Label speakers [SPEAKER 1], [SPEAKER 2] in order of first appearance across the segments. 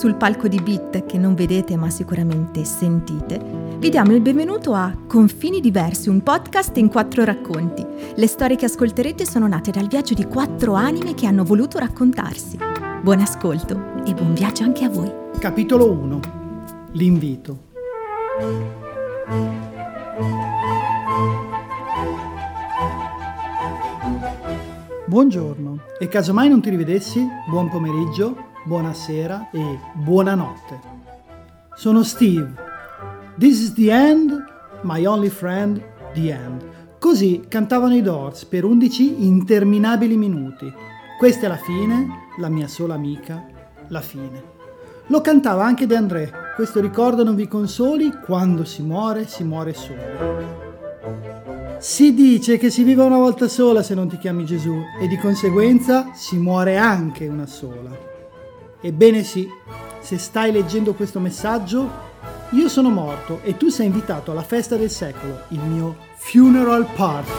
[SPEAKER 1] sul palco di Beat, che non vedete ma sicuramente sentite, vi diamo il benvenuto a Confini Diversi, un podcast in 4 racconti. Le storie che ascolterete sono nate dal viaggio di 4 anime che hanno voluto raccontarsi. Buon ascolto e buon viaggio anche a voi.
[SPEAKER 2] Capitolo 1. L'invito. Buongiorno, e casomai non ti rivedessi, buon pomeriggio, buonasera e buonanotte. Sono Steve. This is the end, my only friend, the end. Così cantavano i Doors per 11 interminabili minuti. Questa è la fine, la mia sola amica, la fine. Lo cantava anche De André. Questo ricordo non vi consoli, quando si muore solo. Si dice che si vive una volta sola se non ti chiami Gesù e di conseguenza si muore anche una sola. Ebbene sì, se stai leggendo questo messaggio, io sono morto e tu sei invitato alla festa del secolo, il mio funeral party.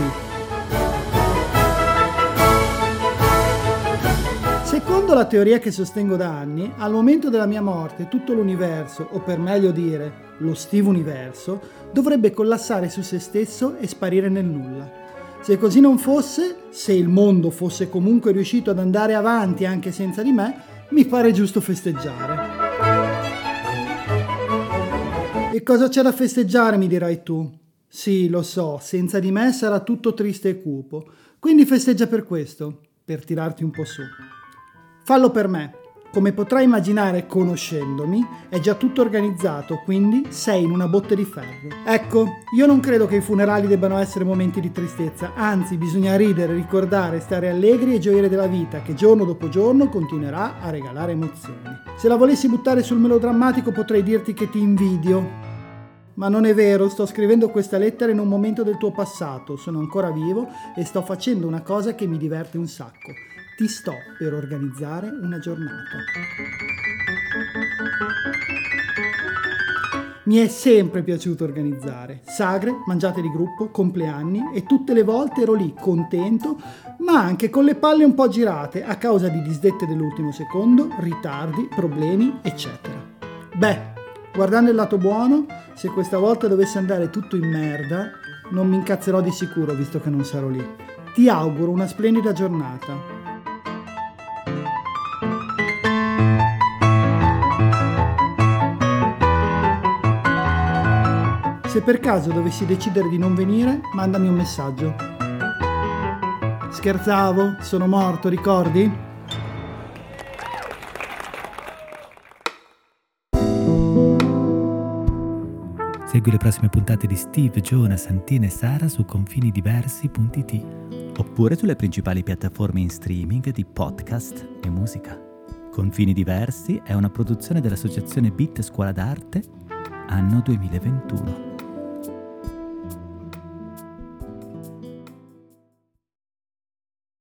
[SPEAKER 2] Secondo la teoria che sostengo da anni, al momento della mia morte tutto l'universo, o per meglio dire lo Steve Universo, dovrebbe collassare su se stesso e sparire nel nulla. Se così non fosse, se il mondo fosse comunque riuscito ad andare avanti anche senza di me, mi pare giusto festeggiare. E cosa c'è da festeggiare, mi dirai tu? Sì, lo so, senza di me sarà tutto triste e cupo, quindi festeggia per questo, per tirarti un po' su. Fallo per me. Come potrai immaginare conoscendomi, è già tutto organizzato, quindi sei in una botte di ferro. Ecco, io non credo che i funerali debbano essere momenti di tristezza, anzi bisogna ridere, ricordare, stare allegri e gioire della vita, che giorno dopo giorno continuerà a regalare emozioni. Se la volessi buttare sul melodrammatico potrei dirti che ti invidio. Ma non è vero, sto scrivendo questa lettera in un momento del tuo passato, sono ancora vivo e sto facendo una cosa che mi diverte un sacco. Ti sto per organizzare una giornata. Mi è sempre piaciuto organizzare. Sagre, mangiate di gruppo, compleanni e tutte le volte ero lì contento, ma anche con le palle un po' girate a causa di disdette dell'ultimo secondo, ritardi, problemi, eccetera. Beh, guardando il lato buono, se questa volta dovesse andare tutto in merda, non mi incazzerò di sicuro visto che non sarò lì. Ti auguro una splendida giornata. Se per caso dovessi decidere di non venire, mandami un messaggio. Scherzavo, sono morto, ricordi?
[SPEAKER 3] Segui le prossime puntate di Steve, Giona, Santina e Sara su confinidiversi.it oppure sulle principali piattaforme in streaming di podcast e musica. Confini Diversi è una produzione dell'associazione Beat Scuola d'Arte, anno 2021.